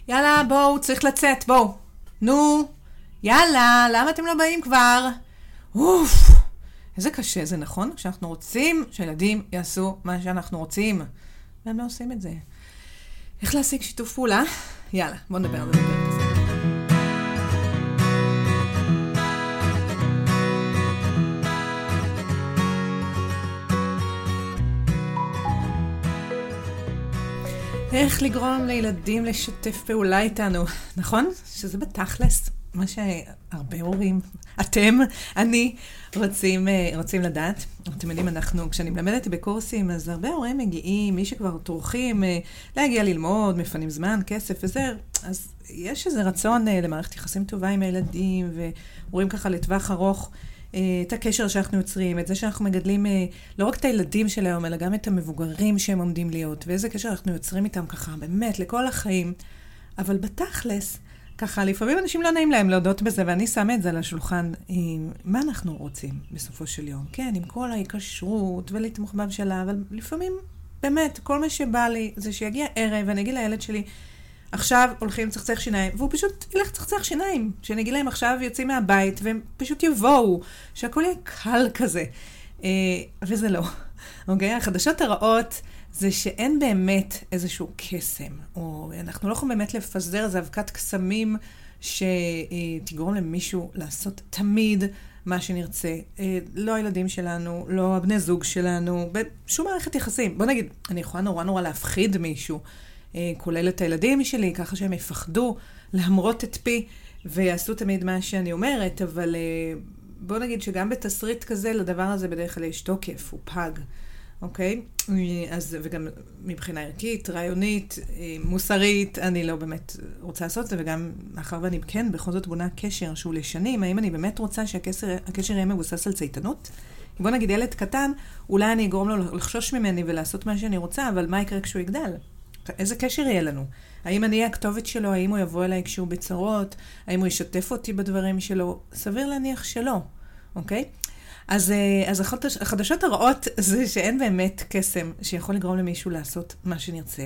יאללה, בואו, צריך לצאת, בואו. נו, יאללה, למה אתם לא באים כבר? אוף, איזה קשה זה, נכון? כשאנחנו רוצים שילדים יעשו מה שאנחנו רוצים. והם לא עושים את זה. איך להשיג שיתוף פעולה? יאללה, בואו נדבר על זה בפרק הזה. איך לגרום לילדים לשתף פעולה איתנו, נכון? שזה בתכלס, מה שהרבה הורים, אתם, אני, רוצים לדעת. אתם יודעים, כשאני מלמדת בקורסים, אז הרבה הורים מגיעים, מי שכבר טורחים להגיע ללמוד, מפנים זמן, כסף וזה, אז יש איזה רצון למערכת יחסים טובה עם הילדים, ורואים ככה לטווח ארוך, את הקשר שאנחנו יוצרים, את זה שאנחנו מגדלים לא רק את הילדים של היום, אלא גם את המבוגרים שהם עומדים להיות, ואיזה קשר אנחנו יוצרים איתם ככה, באמת, לכל החיים. אבל בתכלס, ככה, לפעמים אנשים לא נעים להם להודות בזה, ואני שמה את זה על השולחן, מה אנחנו רוצים בסופו של יום? כן, עם כל ההיקשרות ולתמוך בממשלה, אבל לפעמים, באמת, כל מה שבא לי זה שיגיע ערב, ואני אגיד לילד שלי, עכשיו הולכים לצחצח שיניים, והוא פשוט ילך לצחצח שיניים. שאני אגיד להם עכשיו יוצאים מהבית, והם פשוט יבואו, שהכל יהיה קל כזה. וזה לא. אוקיי? החדשות הרעות זה שאין באמת איזשהו קסם, או אנחנו לא יכולים באמת לפזר איזו אבקת קסמים שתגרום למישהו לעשות תמיד מה שנרצה. לא הילדים שלנו, לא הבני זוג שלנו, בשום מערכת יחסים. בוא נגיד, אני יכולה נורא להפחיד מישהו, כולל את הילדים שלי, ככה שהם יפחדו להמרות את פי ויעשו תמיד מה שאני אומרת, אבל בוא נגיד שגם בתסריט כזה, לדבר הזה בדרך כלל יש תוקף, הוא פג, אוקיי? אז, וגם מבחינה ערכית, רעיונית, מוסרית, אני לא באמת רוצה לעשות את זה, וגם מאחר ואני כן, בכל זאת בונה קשר שהוא לשנים, האם אני באמת רוצה שהקשר יהיה מבוסס על צייתנות? בוא נגיד ילד קטן, אולי אני אגרום לו לחשוש ממני ולעשות מה שאני רוצה, אבל מה יקרה כשהוא יגדל? איזה קשר יהיה לנו? האם אני אהיה הכתובת שלו? האם הוא יבוא אליי כשהוא בצרות? האם הוא ישתף אותי בדברים שלו? סביר להניח שלא, אוקיי? אז החדשות הרעות זה שאין באמת קסם שיכול לגרום למישהו לעשות מה שנרצה.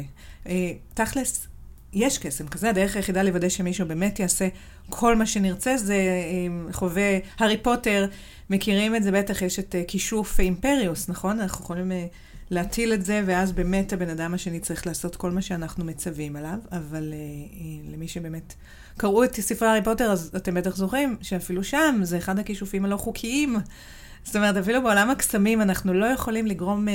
תכלס, יש קסם כזה. הדרך היחידה לוודא שמישהו באמת יעשה כל מה שנרצה, זה חווה הארי פוטר, מכירים את זה בטח, יש את כישוף אימפריוס, נכון? אנחנו יכולים להטיל את זה, ואז באמת הבן אדם השני צריך לעשות כל מה שאנחנו מצווים עליו, אבל למי שבאמת קראו את ספרי הארי פוטר, אז אתם בטח זוכרים שאפילו שם זה אחד הכישופים הלא חוקיים. זאת אומרת, אפילו בעולם הקסמים אנחנו לא יכולים לגרום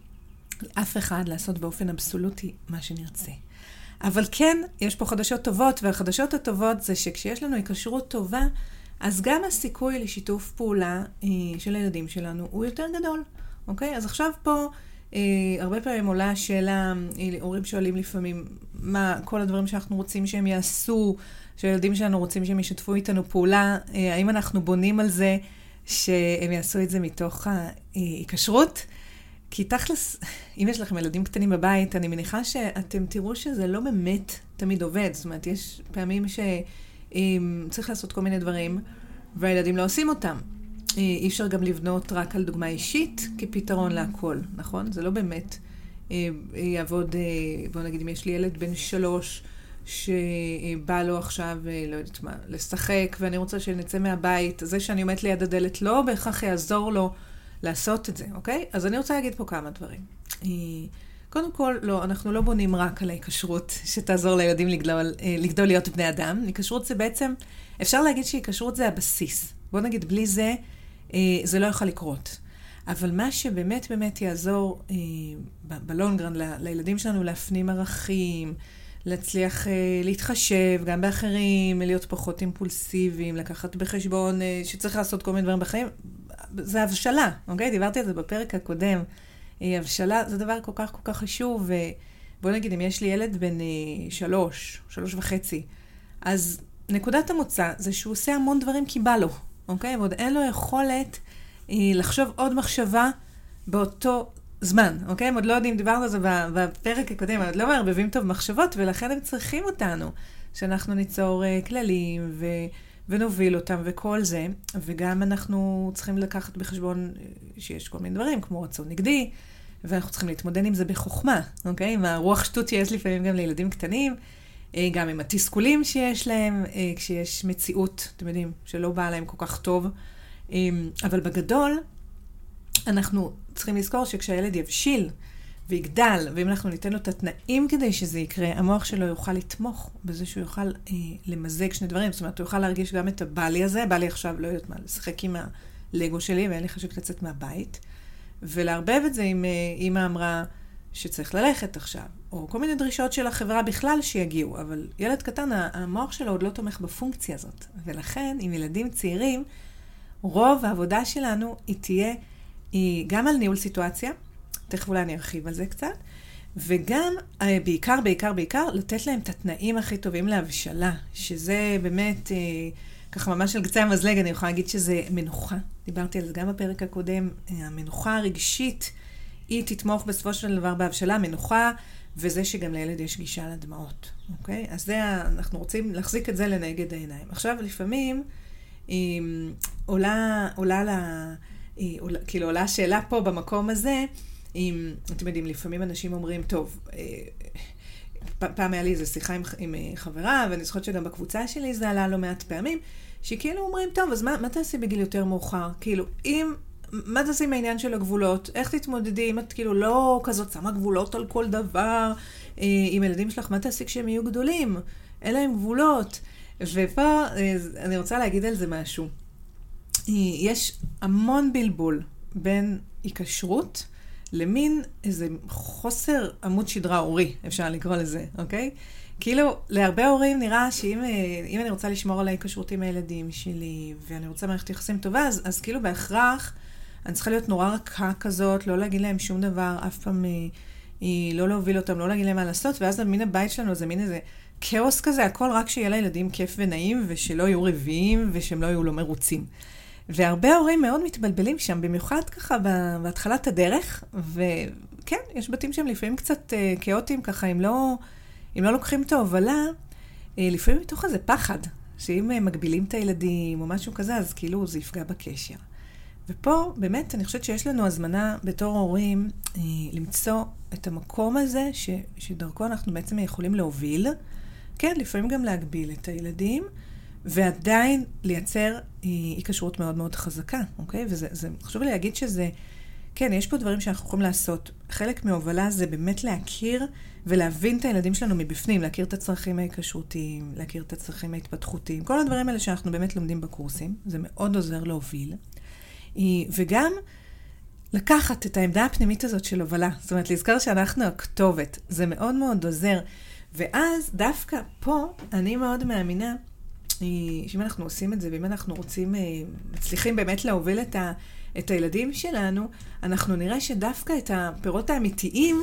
אף אחד לעשות באופן אבסולוטי מה שנרצה. אבל כן, יש פה חדשות טובות, והחדשות הטובות זה שכשיש לנו היקשרות טובה, אז גם הסיכוי לשיתוף פעולה של הילדים שלנו הוא יותר גדול. אוקיי? אז עכשיו פה הרבה פעמים עולה השאלה, הורים שואלים לפעמים, מה כל הדברים שאנחנו רוצים שהם יעשו, שהילדים שלנו רוצים שהם ישתפו איתנו פעולה, האם אנחנו בונים על זה שהם יעשו את זה מתוך ההיקשרות? כי תכלס, אם יש לכם ילדים קטנים בבית, אני מניחה שאתם תראו שזה לא באמת תמיד עובד. זאת אומרת, יש פעמים שצריך לעשות כל מיני דברים, והילדים לא עושים אותם. אי אפשר גם לבנות רק על דוגמה אישית כפתרון להכל, נכון? זה לא באמת יעבוד, בוא נגיד, אם יש לי ילד בן 3 שבא לו עכשיו, לא יודעת מה, לשחק, ואני רוצה שנצא מהבית, זה שאני עומדת ליד הדלת לא בהכרח יעזור לו לעשות את זה, אוקיי? אז אני רוצה להגיד פה כמה דברים. קודם כל, לא, אנחנו לא בונים רק על ההיקשרות שתעזור לילדים לגדול להיות בני אדם. היקשרות זה בעצם, אפשר להגיד שהיקשרות זה הבסיס. בוא נגיד, בלי זה, זה לא יכול לקרות. אבל מה שבאמת באמת יעזור בלונגרן לילדים שלנו להפנים ערכים, להצליח להתחשב גם באחרים, להיות פחות אימפולסיביים, לקחת בחשבון שצריך לעשות כל מיני דברים בחיים, זה הבשלה, אוקיי? דיברתי על זה בפרק הקודם. הבשלה זה דבר כל כך חשוב, ובוא נגיד, אם יש לי ילד בן 3.5, אז נקודת המוצא זה שהוא עושה המון דברים כי בא לו, אוקיי? ועוד אין לו יכולת לחשוב עוד מחשבה באותו זמן, אוקיי? הם עוד לא יודעים, דיברנו על זה בפרק הקודם, עוד לא מערבבים טוב מחשבות, ולכן הם צריכים אותנו, שאנחנו ניצור כללים ונוביל אותם וכל זה, וגם אנחנו צריכים לקחת בחשבון שיש כל מיני דברים, כמו רצון נגדי, ואנחנו צריכים להתמודד עם זה בחוכמה, אוקיי? עם הרוח שטות שיש לפעמים גם לילדים קטנים, גם עם התסכולים שיש להם, כשיש מציאות, אתם יודעים, שלא באה להם כל כך טוב. אבל בגדול, אנחנו צריכים לזכור שכשהילד יבשיל ויגדל, ואם אנחנו ניתן לו את התנאים כדי שזה יקרה, המוח שלו יוכל לתמוך בזה שהוא יוכל למזג שני דברים. זאת אומרת, הוא יוכל להרגיש גם את הבעלי הזה, בעלי עכשיו לא יודעת מה, לשחק עם הלגו שלי, ואין לי חשק לצאת מהבית, ולהרבב את זה עם אמא אמרה שצריך ללכת עכשיו, או כל מיני דרישות של החברה בכלל שיגיעו, אבל ילד קטן, המוח שלו עוד לא תומך בפונקציה הזאת. ולכן, עם ילדים צעירים, רוב העבודה שלנו היא גם על ניהול סיטואציה, תכף אולי אני ארחיב על זה קצת, וגם בעיקר, לתת להם את התנאים הכי טובים להבשלה, שזה באמת, ככה ממש על קצה המזלג, אני יכולה להגיד שזה מנוחה. דיברתי על זה גם בפרק הקודם, המנוחה הרגשית, היא תתמוך בסופו של דבר בהבשלה, מנוחה, וזה שגם לילד יש גישה לדמעות, אוקיי? אז אנחנו רוצים להחזיק את זה לנגד העיניים. עכשיו, לפעמים, עולה השאלה פה במקום הזה, אתם יודעים, לפעמים אנשים אומרים, טוב, פעם היה לי איזו שיחה עם חברה, ואני זוכרת שגם בקבוצה שלי זה עלה לא מעט פעמים, שכאילו אומרים, טוב, אז מה תעשי בגיל יותר מאוחר? כאילו, מה תעשי עם העניין של הגבולות? איך תתמודדי? אם את כאילו לא כזאת שמה גבולות על כל דבר, עם ילדים שלך, מה תעשי כשהם יהיו גדולים? אין להם גבולות. ופה אני רוצה להגיד על זה משהו. יש המון בלבול בין היקשרות למין איזה חוסר עמוד שדרה הורי, אפשר לקרוא לזה, אוקיי? כאילו, להרבה הורים נראה שאם אני רוצה לשמור על ההיקשרות עם הילדים שלי, ואני רוצה מערכת יחסים טובה, אז כאילו בהכרח אני צריכה להיות נורא רכה כזאת, לא להגיד להם שום דבר, אף פעם לא להוביל אותם, לא להגיד להם מה לעשות, ואז מין הבית שלנו זה מין איזה כאוס כזה, הכל רק שיהיה לילדים כיף ונעים, ושלא יהיו רביעים, ושהם לא יהיו לא מרוצים. והרבה הורים מאוד מתבלבלים שם, במיוחד ככה בהתחלת הדרך, וכן, יש בתים שהם לפעמים קצת כאוטיים ככה, אם לא לוקחים את ההובלה, לפעמים מתוך איזה פחד, שאם מגבילים את הילדים או משהו כזה, אז כאילו זה יפגע בקשר. ופה באמת אני חושבת שיש לנו הזמנה בתור הורים למצוא את המקום הזה שדרכו אנחנו בעצם יכולים להוביל, כן, לפעמים גם להגביל את הילדים, ועדיין לייצר היקשרות מאוד מאוד חזקה, אוקיי? חשוב לי להגיד שזה, כן, יש פה דברים שאנחנו יכולים לעשות. חלק מההובלה זה באמת להכיר ולהבין את הילדים שלנו מבפנים, להכיר את הצרכים ההיקשרותיים, להכיר את הצרכים ההתפתחותיים, כל הדברים האלה שאנחנו באמת לומדים בקורסים, זה מאוד עוזר להוביל. וגם לקחת את העמדה הפנימית הזאת של הובלה, זאת אומרת, לזכר שאנחנו הכתובת, זה מאוד מאוד עוזר. ואז דווקא פה אני מאוד מאמינה, שאם אנחנו עושים את זה, ואם אנחנו מצליחים באמת להוביל את הילדים שלנו, אנחנו נראה שדווקא את הפירות האמיתיים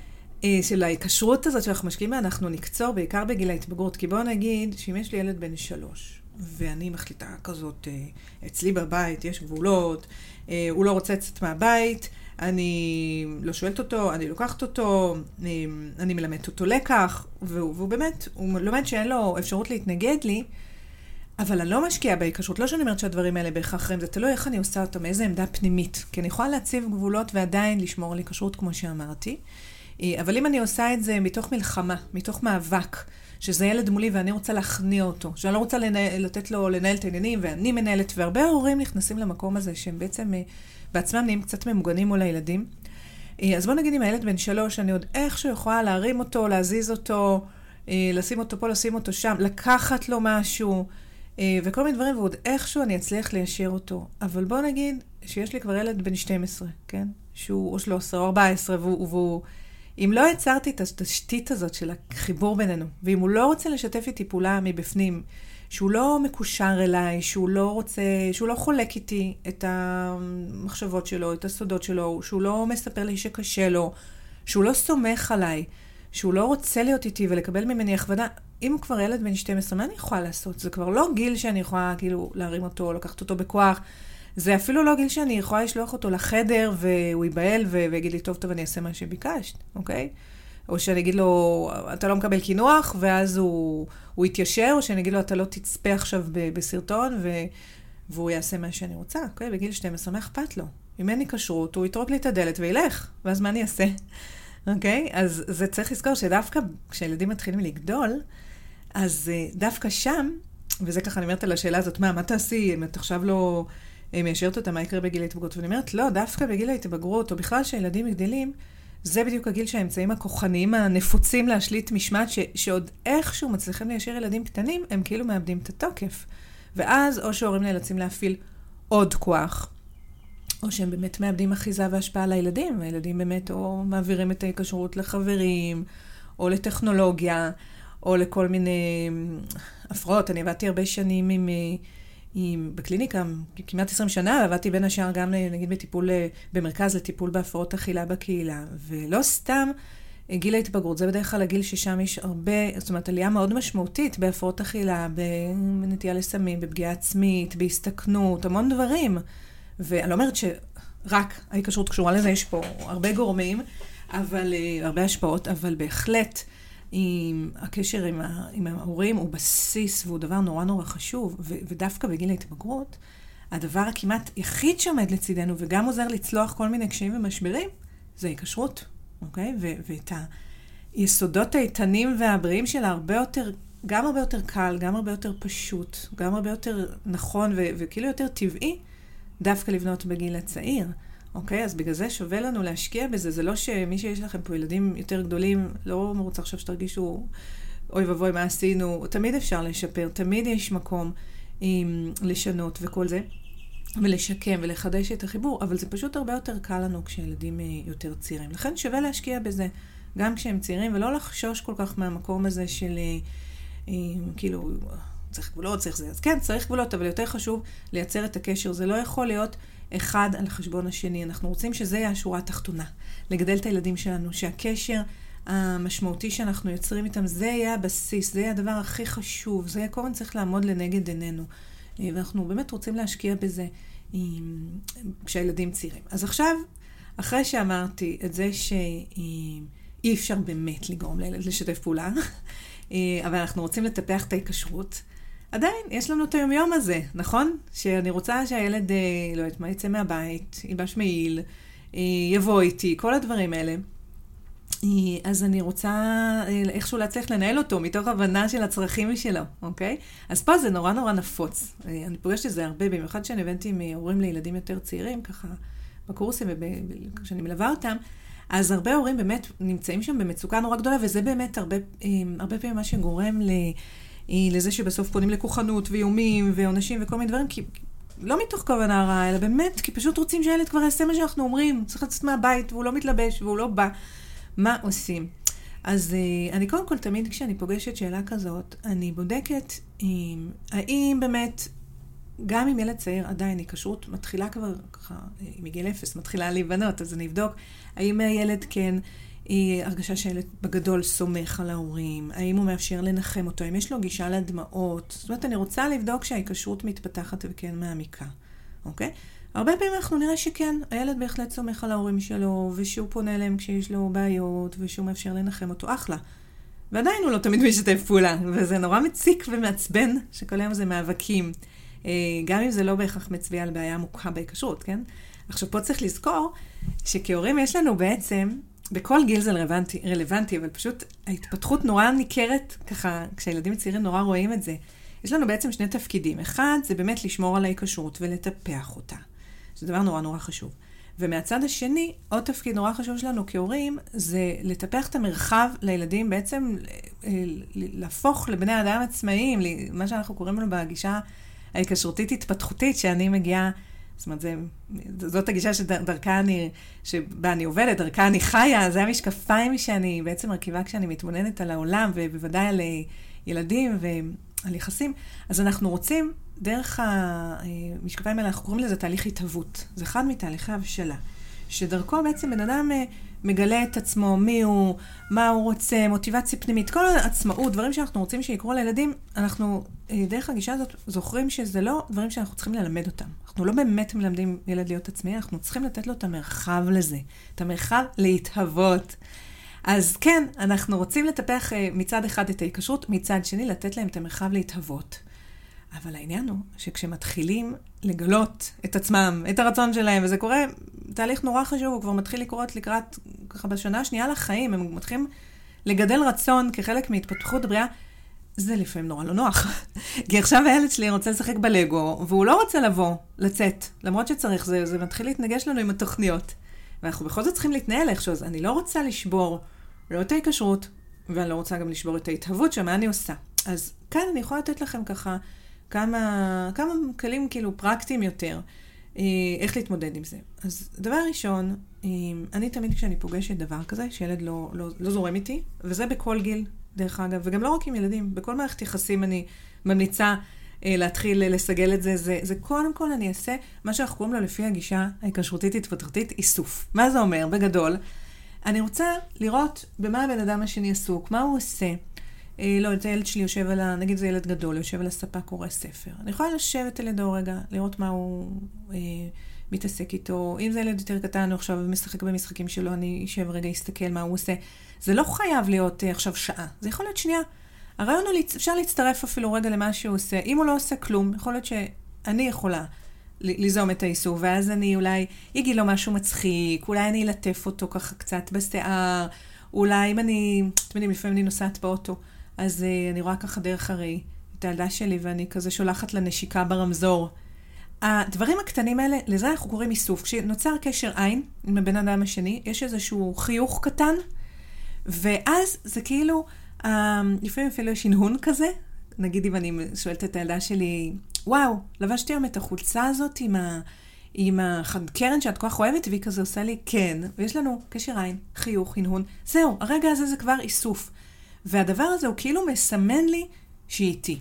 של ההיקשרות הזאת שאנחנו משקיעים בה, אנחנו נקצור בעיקר בגיל ההתבגרות. כי בואו נגיד שאם יש לי ילד בן 3, ואני מחליטה כזאת, אצלי בבית יש גבולות, הוא לא רוצה לצאת מהבית, אני לא שואלת אותו, אני לוקחת אותו, אני מלמדת אותו לקח, והוא באמת, הוא לומד שאין לו אפשרות להתנגד לי, אבל אני לא משקיעה בהיקשרות, לא שאני אומרת שהדברים האלה בהכרח אחרים, זה תלוי איך אני עושה אותם, מאיזה עמדה פנימית, כי אני יכולה להציב גבולות ועדיין לשמור על היקשרות כמו שאמרתי, אבל אם אני עושה את זה מתוך מלחמה, מתוך מאבק, שזה ילד מולי ואני רוצה להכניע אותו, שאני לא רוצה לתת לו לנהל את העניינים, ואני מנהלת, והרבה הורים נכנסים למקום הזה, שהם בעצם בעצמם נהיים קצת ממוגנים מול הילדים. אז בוא נגיד עם הילד בן 3, אני עוד איכשהו יכולה להרים אותו, להזיז אותו, לשים אותו פה, לשים אותו שם, לקחת לו משהו, וכל מיני דברים, ועוד איכשהו אני אצליח ליישר אותו. אבל בוא נגיד שיש לי כבר ילד בן 12, כן? שהוא או 13 או 14, והוא אם לא יצרתי את התשתית הזאת של החיבור בינינו, ואם הוא לא רוצה לשתף איתי פעולה מבפנים, שהוא לא מקושר אליי, שהוא לא חולק איתי את המחשבות שלו, את הסודות שלו, שהוא לא מספר לי שקשה לו, שהוא לא סומך עליי, שהוא לא רוצה להיות איתי ולקבל ממני הכוונה, אם הוא כבר ילד בן 12, מה אני יכולה לעשות? זה כבר לא גיל שאני יכולה כאילו להרים אותו, לקחת אותו בכוח, זה אפילו לא גיל שאני יכולה לשלוח אותו לחדר והוא ייבהל ויגיד לי, טוב, אני אעשה מה שביקשת, אוקיי? או שאני אגיד לו, אתה לא מקבל כינוח, ואז הוא יתיישר, או שאני אגיד לו, אתה לא תצפה עכשיו בסרטון, והוא יעשה מה שאני רוצה, אוקיי? בגיל 12, מה אכפת לו? אם אין לי כשרות, הוא יטרוק לי את הדלת וילך, ואז מה אני אעשה? אוקיי? אז זה צריך לזכור שדווקא כשהילדים מתחילים לגדול, אז דווקא שם, וזה ככה אני אומרת על השאלה הזאת, מה תעשי אם את עכשיו לא מיישרת אותה, מה יקרה בגיל ההתבגרות? ואני אומרת, לא, דווקא בגיל ההתבגרות, או בכלל שהילדים גדלים, זה בדיוק הגיל שהאמצעים הכוחניים הנפוצים להשליט משמעת, שעוד איכשהו מצליחים ליישר ילדים קטנים, הם כאילו מאבדים את התוקף. ואז או שההורים נאלצים להפעיל עוד כוח, או שהם באמת מאבדים אחיזה והשפעה על הילדים, והילדים באמת או מעבירים את ההיקשרות לחברים, או לטכנולוגיה, או לכל מיני הפרעות. אני עבדתי הרבה שנים בקליניקה, כמעט 20 שנה, עבדתי בין השאר גם נגיד בטיפול, במרכז לטיפול בהפרעות אכילה בקהילה, ולא סתם גיל ההתבגרות, זה בדרך כלל הגיל ששם יש הרבה, זאת אומרת, עלייה מאוד משמעותית בהפרעות אכילה, בנטייה לסמים, בפגיעה עצמית, בהסתכנות, המון דברים. ואני לא אומרת שרק ההיקשרות קשורה לזה, יש פה הרבה גורמים, אבל הרבה השפעות, אבל בהחלט הקשר עם ההורים הוא בסיס, והוא דבר נורא נורא חשוב, ודווקא בגיל ההתבגרות, הדבר הכמעט יחיד שעומד לצידנו, וגם עוזר לצלוח כל מיני קשיים ומשברים, זה ההיקשרות, אוקיי? ואת היסודות האיתנים והבריאים שלה הרבה יותר, גם הרבה יותר קל, גם הרבה יותר פשוט, גם הרבה יותר נכון, וכאילו יותר טבעי, דווקא לבנות בגיל הצעיר. אוקיי? אז בגלל זה שווה לנו להשקיע בזה. זה לא שמי שיש לכם פה ילדים יותר גדולים, לא רוצה עכשיו שתרגישו, אוי ובוי, מה עשינו? תמיד אפשר לשפר, תמיד יש מקום לשנות וכל זה, ולשקם ולחדש את החיבור, אבל זה פשוט הרבה יותר קל לנו כשילדים יותר צעירים. לכן שווה להשקיע בזה, גם כשהם צעירים, ולא לחשוש כל כך מהמקום הזה של, כאילו, צריך גבולות, צריך זה. אז כן, צריך גבולות, אבל יותר חשוב לייצר את הקשר. זה לא יכול להיות אחד על חשבון השני. אנחנו רוצים שזה יהיה השורה התחתונה. לגדל את הילדים שלנו, שהקשר המשמעותי שאנחנו יוצרים איתם, זה יהיה הבסיס, זה יהיה הדבר הכי חשוב, זה יהיה כל הזמן צריך לעמוד לנגד עינינו. ואנחנו באמת רוצים להשקיע בזה כשהילדים צעירים. אז עכשיו, אחרי שאמרתי את זה שאי אפשר באמת לגרום לילד לשתף פעולה, אבל אנחנו רוצים לטפח את ההיקשרות, עדיין יש לנו את היומיום הזה, נכון? שאני רוצה שהילד, לא יודעת מה, יצא מהבית, ילבש מעיל, יבוא איתי, כל הדברים האלה. אז אני רוצה איכשהו להצליח לנהל אותו מתוך הבנה של הצרכים שלו, אוקיי? אז פה זה נורא נורא נפוץ. אני פוגשת את זה הרבה, במיוחד שאני הבנתי מהורים לילדים יותר צעירים, ככה בקורסים כשאני מלווה אותם, אז הרבה הורים באמת נמצאים שם במצוקה נורא גדולה, וזה באמת הרבה פעמים מה שגורם לזה שבסוף פונים לכוחנות ואיומים ועונשים וכל מיני דברים, כי לא מתוך כוונה רעה, אלא באמת, כי פשוט רוצים שהילד כבר יעשה מה שאנחנו אומרים, צריך לצאת מהבית והוא לא מתלבש והוא לא בא. מה עושים? אז אני קודם כל תמיד כשאני פוגשת שאלה כזאת, אני בודקת האם באמת, גם אם ילד צעיר עדיין היקשרות מתחילה כבר ככה, מגיל 0 מתחילה להיבנות, אז אני אבדוק האם הילד כן הרגשה שהילד בגדול סומך על ההורים, האם הוא מאפשר לנחם אותו, האם יש לו גישה לדמעות. זאת אומרת, אני רוצה לבדוק שההיקשרות מתפתחת וכן מעמיקה. אוקיי? הרבה פעמים אנחנו נראה שכן, הילד בהחלט סומך על ההורים שלו, ושהוא פונה אליהם כשיש לו בעיות, ושהוא מאפשר לנחם אותו, אחלה. ועדיין הוא לא תמיד משתף פעולה, וזה נורא מציק ומעצבן שכל היום זה מאבקים. גם אם זה לא בהכרח מצביע על בעיה עמוקה בהיקשרות, כן? עכשיו פה צריך לזכור שכהורים יש לנו בעצם, בכל גיל זה רלוונטי, אבל פשוט ההתפתחות נורא ניכרת, ככה, כשהילדים צעירים נורא רואים את זה. יש לנו בעצם שני תפקידים. אחד, זה באמת לשמור על ההיקשרות ולטפח אותה. זה דבר נורא נורא חשוב. ומהצד השני, עוד תפקיד נורא חשוב שלנו כהורים, זה לטפח את המרחב לילדים, בעצם להפוך לבני אדם עצמאיים, מה שאנחנו קוראים לו בגישה ההיקשרותית התפתחותית, שאני מגיעה, זאת אומרת, זאת הגישה שבה אני עובדת, דרכה אני חיה, זה המשקפיים שאני בעצם מרכיבה כשאני מתבוננת על העולם, ובוודאי על ילדים ועל יחסים. אז אנחנו רוצים, דרך המשקפיים האלה, אנחנו קוראים לזה תהליך התהוות. זה אחד מתהליכי הבשלה, שדרכו בעצם בן אדם מגלה את עצמו, מי הוא, מה הוא רוצה, מוטיבציה פנימית, כל העצמאות, דברים שאנחנו רוצים שיקרו לילדים, אנחנו דרך הגישה הזאת זוכרים שזה לא דברים שאנחנו צריכים ללמד אותם. אנחנו לא באמת מלמדים ילד להיות עצמי, אנחנו צריכים לתת לו את המרחב לזה, את המרחב להתהוות. אז כן, אנחנו רוצים לטפח מצד אחד את ההיקשרות, מצד שני לתת להם את המרחב להתהוות. אבל העניין הוא שכשמתחילים לגלות את עצמם, את הרצון שלהם, וזה קורה, תהליך נורא חשוב, הוא כבר מתחיל לקרות לקראת, ככה בשנה השנייה לחיים, הם מתחילים לגדל רצון כחלק מהתפתחות בריאה, זה לפעמים נורא לא נוח. כי עכשיו הילד שלי רוצה לשחק בלגו, והוא לא רוצה לבוא, לצאת. למרות שצריך, זה מתחיל להתנגש לנו עם התוכניות. ואנחנו בכל זאת צריכים להתנהל איכשהו, אז אני לא רוצה לשבור לא את ההיקשרות, ואני לא רוצה גם לשבור את ההתהוות שמה אני עושה. אז כאן אני יכולה לתת לכם ככה כמה כלים כאילו פרקטיים יותר, איך להתמודד עם זה. אז דבר ראשון, אני תמיד כשאני פוגשת דבר כזה, שילד לא זורם איתי, וזה בכל גיל, דרך אגב, וגם לא רק עם ילדים, בכל מערכת יחסים אני ממליצה להתחיל לסגל את זה, זה קודם כל אני אעשה מה שאנחנו קוראים לו לפי הגישה ההיקשרותית התפתחותית, איסוף. מה זה אומר? בגדול, אני רוצה לראות במה הבן אדם השני עסוק, מה הוא עושה. לא, את הילד שלי יושב נגיד זה ילד גדול, יושב על הספה, קורא ספר. אני יכולה לשבת על ידו רגע, לראות מה הוא מתעסק איתו. אם זה ילד יותר קטן, הוא עכשיו משחק במשחקים שלו, אני אשב רגע, אסתכל מה הוא עושה. זה לא חייב להיות עכשיו שעה, זה יכול להיות שנייה. הרעיון הוא, אפשר להצטרף אפילו רגע למה שהוא עושה. אם הוא לא עושה כלום, יכול להיות שאני יכולה ליזום את האיסוף, ואז אני אולי אגיד לו משהו מצחיק, אולי אני אלטף אותו ככה קצת בשיער, אולי אם אני, אתם יודעים, לפעמים אני נוסעת באוטו, אז אני רואה ככה דרך הראי את הילדה שלי, ואני כזה שולחת לנשיקה ברמזור. הדברים הקטנים האלה, לזה אנחנו קוראים איסוף. כשנוצר קשר עין עם הבן אדם השני, יש איזשהו חיוך קטן, ואז זה כאילו, לפעמים אפילו יש הנהון כזה, נגיד אם אני שואלת את הילדה שלי, וואו, לבשתי היום את החולצה הזאת עם הקרן שאת כל כך אוהבת, והיא כזה עושה לי כן, ויש לנו קשר עין, חיוך, הנהון, זהו, הרגע הזה זה כבר איסוף. והדבר הזה הוא כאילו מסמן לי שהיא איתי.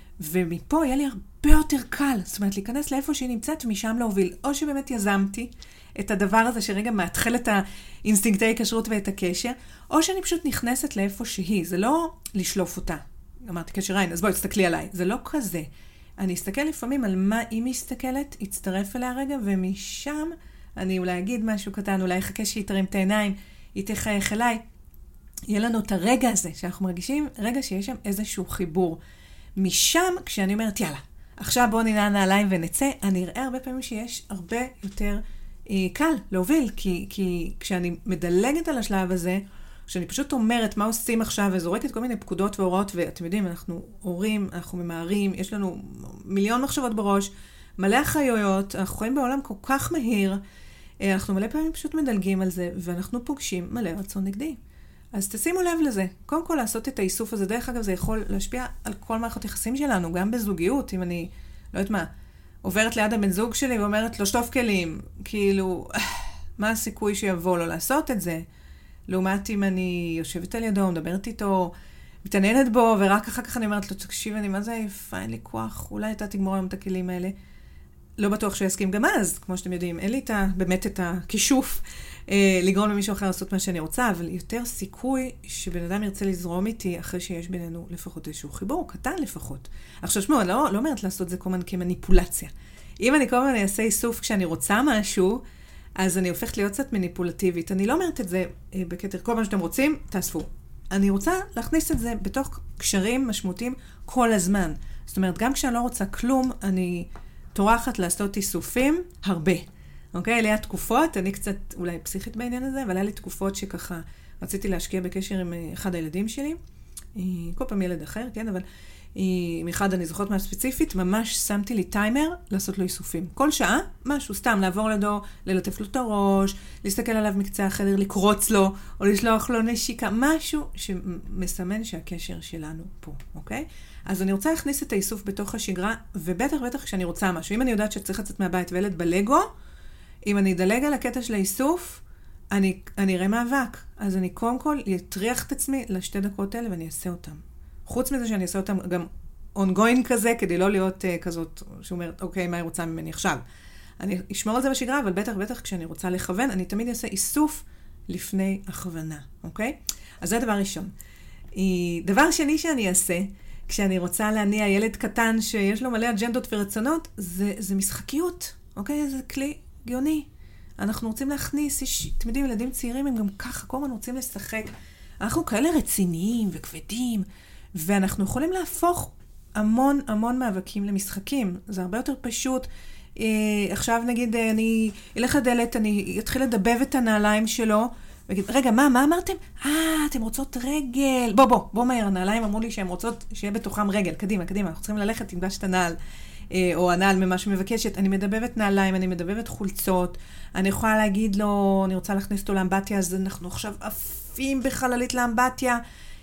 ומפה יהיה לי הרבה יותר קל, זאת אומרת, להיכנס לאיפה שהיא נמצאת ומשם להוביל. או שבאמת יזמתי את הדבר הזה שרגע מאתחל את האינסטינקטי הקשרות ואת הקשר, או שאני פשוט נכנסת לאיפה שהיא. זה לא לשלוף אותה. אמרתי קשר עין, אז בואי, תסתכלי עליי. זה לא כזה. אני אסתכל לפעמים על מה היא מסתכלת, אצטרף אליה רגע, ומשם אני אולי אגיד משהו קטן, אולי אחכה שהיא תרים את העיניים, היא תחייך אליי. יהיה לנו את הרגע הזה, שאנחנו מרגישים רגע שיש שם איזשהו חיבור. משם, כשאני אומרת, יאללה, עכשיו בואו ננעל נעליים ונצא, אני אראה הרבה פעמים שיש הרבה יותר קל להוביל, כי כשאני מדלגת על השלב הזה, כשאני פשוט אומרת מה עושים עכשיו, וזורקת כל מיני פקודות והוראות, ואתם יודעים, אנחנו הורים, אנחנו ממהרים, יש לנו מיליון מחשבות בראש, מלא אחריויות, אנחנו חיים בעולם כל כך מהיר, אנחנו מלא פעמים פשוט מדלגים על זה, ואנחנו פוגשים מלא רצון נגדי. אז תשימו לב לזה. קודם כל לעשות את האיסוף הזה, דרך אגב זה יכול להשפיע על כל מערכות יחסים שלנו, גם בזוגיות, אם אני, לא יודעת מה, עוברת ליד הבן זוג שלי ואומרת לו שטוף כלים, כאילו, מה הסיכוי שיבוא לו לעשות את זה? לעומת אם אני יושבת על ידו, מדברת איתו, מתעניינת בו, ורק אחר כך אני אומרת לו, תקשיב, אני מה זה עייפה, אין לי כוח, אולי אתה תגמור היום את הכלים האלה. לא בטוח שהוא יסכים גם אז, כמו שאתם יודעים, אין לי באמת את הכישוף לגרום למישהו אחר לעשות מה שאני רוצה, אבל יותר סיכוי שבן אדם ירצה לזרום איתי אחרי שיש בינינו לפחות איזשהו חיבור, קטן לפחות. עכשיו שמעו, אני לא אומרת לעשות זה כל הזמן כמניפולציה. אם אני כל הזמן אעשה איסוף כשאני רוצה משהו, אז אני הופכת להיות קצת מניפולטיבית. אני לא אומרת את זה בקטר, כל מה שאתם רוצים, תאספו. אני רוצה להכניס את זה בתוך קשרים משמעותיים כל הזמן. זאת אומרת, גם כשאני לא רוצה כלום, אני טורחת לעשות איסופים הרבה. אוקיי? היה תקופות, אני קצת אולי פסיכית בעניין הזה, אבל היה לי תקופות שככה רציתי להשקיע בקשר עם אחד הילדים שלי, כל פעם ילד אחר, כן? אבל עם אחד אני זוכרת מה ספציפית, ממש שמתי לי טיימר לעשות לו איסופים. כל שעה, משהו, סתם, לעבור לידו, ללטף לו את הראש, להסתכל עליו מקצה החדר, לקרוץ לו, או לשלוח לו נשיקה, משהו שמסמן שהקשר שלנו פה, אוקיי? אז אני רוצה להכניס את האיסוף בתוך השגרה, ובטח כשאני רוצה משהו. אם אני יודעת שצריך לצאת מהבית וילד בלגו, אם אני אדלג על הקטע של האיסוף, אני אראה מאבק. אז אני קודם כל אטריח את עצמי לשתי דקות האלה ואני אעשה אותם. חוץ מזה שאני אעשה אותם גם ongoing כזה, כדי לא להיות כזאת שאומרת, אוקיי, מה היא רוצה ממני עכשיו? אני אשמור על זה בשגרה, אבל בטח כשאני רוצה לכוון, אני תמיד אעשה איסוף לפני הכוונה, אוקיי? אז זה דבר ראשון. דבר שני שאני אעשה, כשאני רוצה להניע ילד קטן שיש לו מלא אג'נדות ורצונות, זה משחקיות, אוקיי? זה כלי גאוני. אנחנו רוצים להכניס, אתם יודעים, ילדים צעירים הם גם ככה, כל הזמן רוצים לשחק. אנחנו כאלה רציניים וכבדים, ואנחנו יכולים להפוך המון מאבקים למשחקים. זה הרבה יותר פשוט. עכשיו נגיד, אני אלך לדלת, אני אתחיל לדבב את הנעליים שלו, ויגיד, רגע, מה אמרתם? אתם רוצות רגל. בוא מהר, הנעליים אמרו לי שהן רוצות שיהיה בתוכם רגל. קדימה, אנחנו צריכים ללכת, תלבש את הנעל, או הנעל ממה שמבקשת. אני מדבבת נעליים, אני מדבבת חולצות, אני יכולה להגיד לו, אני רוצה להכניס אותו לאמבטיה, אז אנחנו עכשיו עפים בחללית לאמבטיה,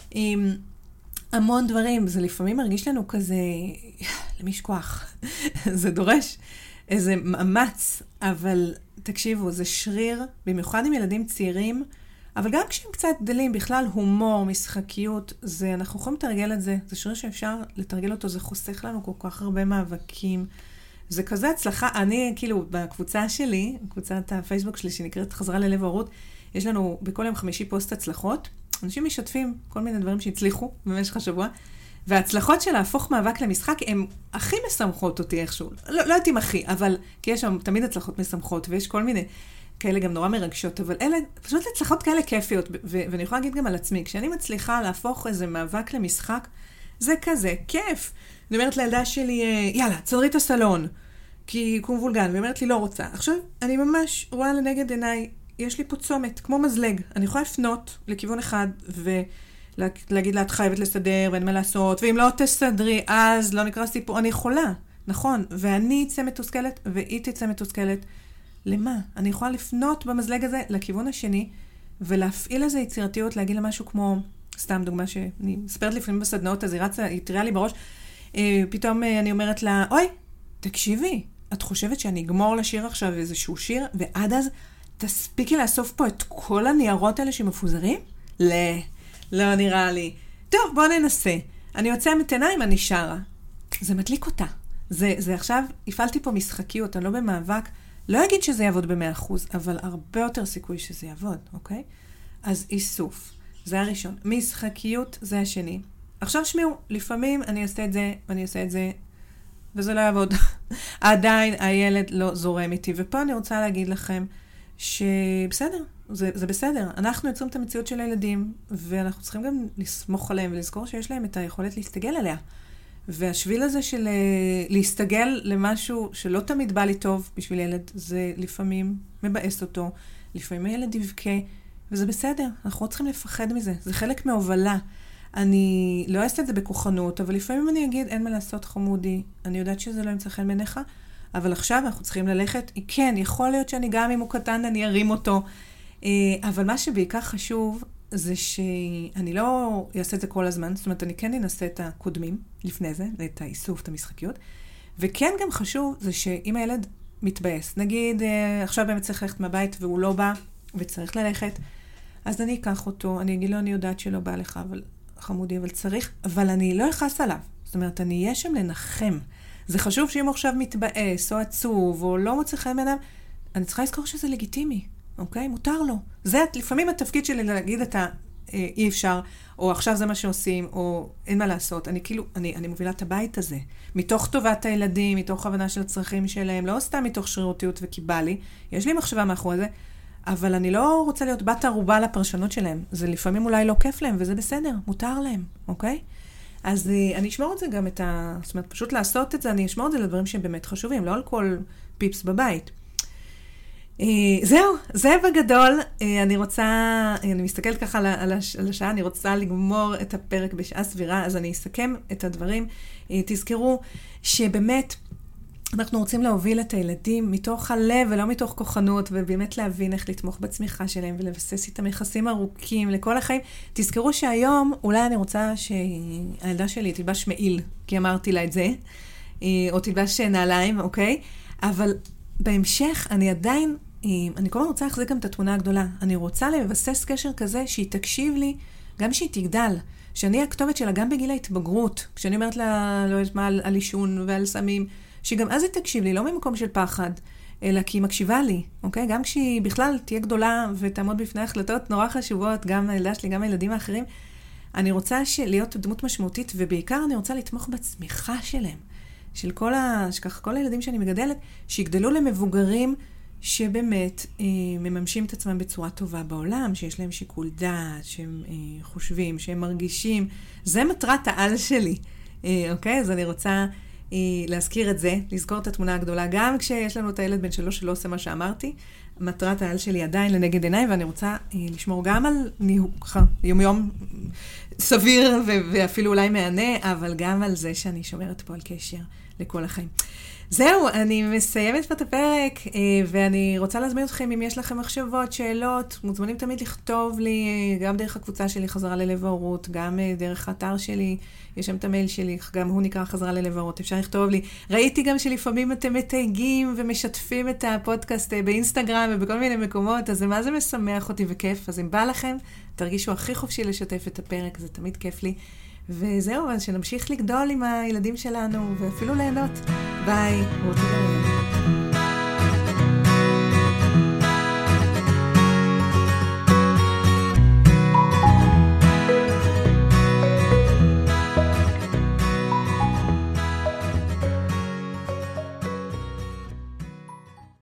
המון דברים. זה לפעמים מרגיש לנו כזה, למי יש כוח? זה דורש איזה מאמץ, אבל תקשיבו, זה שריר, במיוחד עם ילדים צעירים, אבל גם כשהם קצת גדלים, בכלל הומור, משחקיות, אנחנו יכולים לתרגל את זה. זה שריר שאפשר לתרגל אותו, זה חוסך לנו כל כך הרבה מאבקים. זה כזה הצלחה. אני, כאילו, בקבוצה שלי, קבוצת הפייסבוק שלי, שנקראת חזרה ללב ההורות, יש לנו בכל יום 5 פוסט הצלחות. אנשים משתפים כל מיני דברים שהצליחו במשך השבוע, וההצלחות של להפוך מאבק למשחק, הן הכי משמחות אותי איכשהו. לא יודעת אם הכי, אבל, כי יש שם תמיד הצלחות משמחות, ויש כל מיני כאלה גם נורא מרגשות, אבל אלה פשוט הצלחות כאלה כיפיות, ואני יכולה להגיד גם על עצמי, כשאני מצליחה להפוך איזה מאבק למשחק, זה כזה כיף. אני אומרת לילדה שלי, יאללה, צדרי את הסלון, כי קום וולגן, והיא אומרת לי, לא רוצה. עכשיו, אני ממש רואה לנגד עיניי, יש לי פה צומת, כמו מזלג. אני יכולה לפנות לכיוון אחד, ולהגיד לה, את חייבת לסדר, ואין מה לעשות, ואם לא תסדרי, אז לא נקרא סיפור. אני יכולה, נכון, ואני אצא מתוסכלת, והיא תצא מתוסכלת. למה? אני יכולה לפנות במזלג הזה לכיוון השני, ולהפעיל איזו יצירתיות, להגיד לה משהו כמו, סתם דוגמה שאני מספרת לפעמים בסדנאות, אז היא תראה לי בראש, פתאום אני אומרת לה, אוי, תקשיבי, את חושבת שאני אגמור לשיר עכשיו איזשהו שיר, ועד אז תספיקי לאסוף פה את כל הניירות האלה שמפוזרים? לא נראה לי. טוב, בוא ננסה. אני עוצמת עיניים, אני שרה. זה מדליק אותה. זה עכשיו, הפעלתי פה משחקיות, אני לא במאבק, לא אגיד שזה יעבוד ב100%, אבל הרבה יותר סיכוי שזה יעבוד, אוקיי? אז איסוף, זה הראשון. משחקיות, זה השני. עכשיו שמעו, לפעמים אני אעשה את זה, ואני אעשה את זה, וזה לא יעבוד. עדיין הילד לא זורם איתי. ופה אני רוצה להגיד לכם שבסדר, זה בסדר. אנחנו יוצרים את המציאות של הילדים, ואנחנו צריכים גם לסמוך עליהם ולזכור שיש להם את היכולת להסתגל עליה. והשביל הזה של להסתגל למשהו שלא תמיד בא לי טוב בשביל ילד, זה לפעמים מבאס אותו, לפעמים הילד יבכה, וזה בסדר. אנחנו לא צריכים לפחד מזה. זה חלק מהובלה. אני לא אעשה את זה בכוחנות, אבל לפעמים אני אגיד, אין מה לעשות חמודי, אני יודעת שזה לא ימצא חן בעיניך, אבל עכשיו אנחנו צריכים ללכת, כן, יכול להיות שאני גם אם הוא קטן, אני ארים אותו, אבל מה שבעיקר חשוב, זה שאני לא אעשה את זה כל הזמן, זאת אומרת, אני כן אנסה את הקודמים לפני זה, את האיסוף, את המשחקיות, וכן גם חשוב, זה שאם הילד מתבאס, נגיד, עכשיו באמת צריך ללכת מהבית והוא לא בא, וצריך ללכת, אז אני אקח אותו, אני אגיד לו, אני יודעת שלא בא לך, אבל חמודי, אבל צריך, אבל אני לא אכעס עליו. זאת אומרת, אני אהיה שם לנחם. זה חשוב שאם הוא עכשיו מתבאס, או עצוב, או לא מוצא חן בעיניו, אני צריכה לזכור שזה לגיטימי, אוקיי? מותר לו. זה לפעמים התפקיד שלי להגיד את אי אפשר, או עכשיו זה מה שעושים, או אין מה לעשות. אני מובילה את הבית הזה. מתוך טובת הילדים, מתוך הבנה של הצרכים שלהם, לא סתם מתוך שרירותיות וקיבה לי. יש לי מחשבה מאחורי זה, אבל אני לא רוצה להיות בת ערובה לפרשנות שלהם. זה לפעמים אולי לא כיף להם, וזה בסדר, מותר להם, אוקיי? אז אני אשמור את זה גם זאת אומרת, פשוט לעשות את זה, אני אשמור את זה לדברים שהם באמת חשובים, לא על כל פיפס בבית. זהו, זה בגדול. אני מסתכלת ככה על השעה, אני רוצה לגמור את הפרק בשעה סבירה, אז אני אסכם את הדברים. תזכרו שבאמת, אנחנו רוצים להוביל את הילדים מתוך הלב ולא מתוך כוחנות, ובאמת להבין איך לתמוך בצמיחה שלהם ולבסס איתם יחסים ארוכים לכל החיים. תזכרו שהיום אולי אני רוצה שהילדה שלי תלבש מעיל, כי אמרתי לה את זה, או תלבש נעליים, אוקיי? אבל בהמשך אני עדיין, אני כל הזמן רוצה להחזיק גם את התמונה הגדולה. אני רוצה לבסס קשר כזה שהיא תקשיב לי, גם שהיא תגדל. שאני הכתובת שלה גם בגיל ההתבגרות, כשאני אומרת לה, לא יודעת מה, על עישון ועל סמים, שגם אז היא תקשיב לי, לא ממקום של פחד, אלא כי היא מקשיבה לי, אוקיי? גם כשהיא בכלל תהיה גדולה ותעמוד בפני החלטות נורא חשובות, גם הילדה שלי, גם הילדים האחרים, אני רוצה להיות דמות משמעותית, ובעיקר אני רוצה לתמוך בצמיחה שלהם, של שככה כל הילדים שאני מגדלת, שיגדלו למבוגרים שבאמת מממשים את עצמם בצורה טובה בעולם, שיש להם שיקול דעת, שהם חושבים, שהם מרגישים. זה מטרת העל שלי, אוקיי? אז אני רוצה להזכיר את זה, לזכור את התמונה הגדולה, גם כשיש לנו את הילד בן 3 שלא עושה מה שאמרתי, מטרת העל שלי עדיין לנגד עיניי, ואני רוצה לשמור גם על יום סביר ואפילו אולי מענה, אבל גם על זה שאני שומרת פה על קשר לכל החיים. זהו, אני מסיימת את הפרק, ואני רוצה להזמין אתכם אם יש לכם מחשבות, שאלות, מוזמנים תמיד לכתוב לי, גם דרך הקבוצה שלי חזרה ללב ההורות, גם דרך האתר שלי, יש שם את המייל שלי, גם הוא נקרא חזרה ללב ההורות, אפשר לכתוב לי. ראיתי גם שלפעמים אתם מתייגים ומשתפים את הפודקאסט באינסטגרם ובכל מיני מקומות, אז מה זה משמח אותי וכיף, אז אם בא לכם, תרגישו הכי חופשי לשתף את הפרק, זה תמיד כיף לי. וזהו, אז שנמשיך לגדול עם הילדים שלנו, ואפילו ליהנות. ביי, רותי דריה.